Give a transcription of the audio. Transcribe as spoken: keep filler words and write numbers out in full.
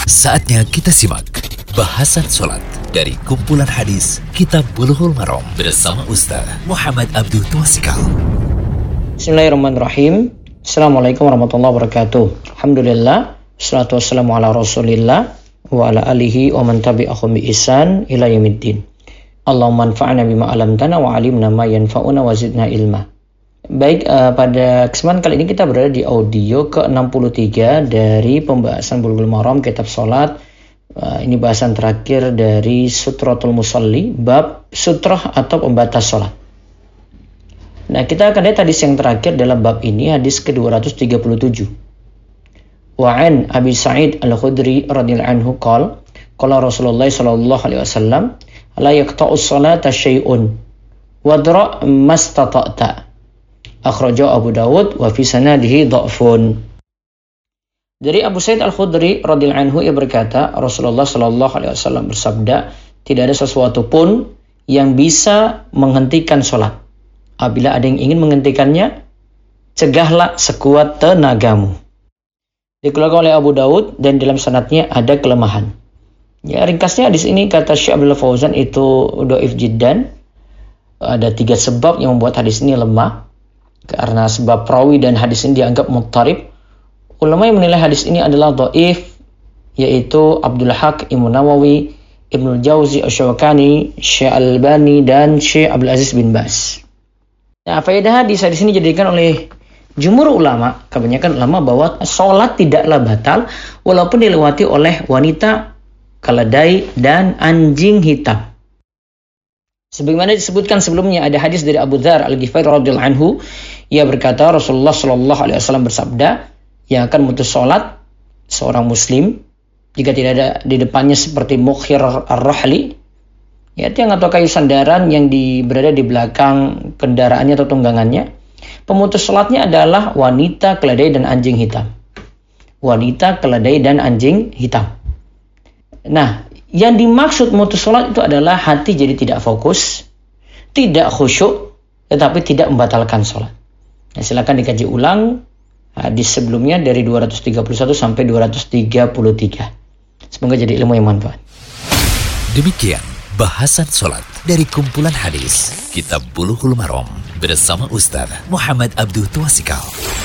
Saatnya kita simak bahasan sholat dari kumpulan hadis Kitab Bulughul Maram bersama Ustaz Muhammad Abdul Twasikal. Bismillahirrahmanirrahim. Assalamualaikum warahmatullahi wabarakatuh. Alhamdulillah, wassalatu wassalamu ala rasulillah wa ala alihi wa man tabi'ahum bi ihsan ila yaumiddin. Allahumma anfa'na bima 'allamtana wa 'allimna ma yanfa'una wa zidna ilma. Baik, uh, pada kesempatan kali ini kita berada di audio ke enam puluh tiga dari pembahasan Bulughul Maram Kitab Salat. Uh, ini bahasan terakhir dari Sutratul Musalli, bab sutrah atau pembatas salat. Nah, kita akan lihat hadis yang terakhir dalam bab ini, hadis ke dua ratus tiga puluh tujuh. Wa an Abi Sa'id Al-Khudri radhiyallahu anhu qala qala Rasulullah sallallahu alaihi wasallam la yaqta'u as-salata syai'un wadra' mastata'ta. Akhrajahu Abu Dawud wa fi sanadihi dha'fun. Dari Abu Sa'id Al-Khudri radhiyallahu anhu, ia berkata, Rasulullah sallallahu alaihi wasallam bersabda, tidak ada sesuatu pun yang bisa menghentikan salat. Apabila ada yang ingin menghentikannya, cegahlah sekuat tenagamu. Dikeluarkan oleh Abu Dawud dan dalam sanadnya ada kelemahan. Ya, ringkasnya hadis ini kata Syekh Abdul Fauzan itu dhaif jiddan. Ada tiga sebab yang membuat hadis ini lemah. Karena sebab perawi dan hadis ini dianggap muttarib. Ulama yang menilai hadis ini adalah dhaif, yaitu Abdul Haq, Imam Nawawi, Ibnu Jauzi, Asy-Syaukani, Syekh Al-Albani dan Syekh Abdul Aziz bin Baz. Nah, faedah hadis hadis ini dijadikan oleh jumhur ulama, kebanyakan ulama, bahwa salat tidaklah batal walaupun dilewati oleh wanita, keledai dan anjing hitam. Sebagaimana disebutkan sebelumnya, ada hadis dari Abu Dzar Al-Ghifari radhiyallahu anhu, ia berkata Rasulullah shallallahu alaihi wasallam bersabda, yang akan memutus salat seorang muslim jika tidak ada di depannya seperti mukhir ar-rahli, ya, tiang atau kayu sandaran yang di, berada di belakang kendaraannya atau tunggangannya. Pemutus salatnya adalah wanita, keledai dan anjing hitam. Wanita, keledai dan anjing hitam. Nah, yang dimaksud memutus salat itu adalah hati jadi tidak fokus, tidak khusyuk, tetapi tidak membatalkan salat. Nah, silakan dikaji ulang hadis sebelumnya dari dua ratus tiga puluh satu sampai dua ratus tiga puluh tiga. Semoga jadi ilmu yang manfaat. Demikian bahasan salat dari kumpulan hadis Kitab Bulughul Maram bersama Ustaz Muhammad Abdul Twasikal.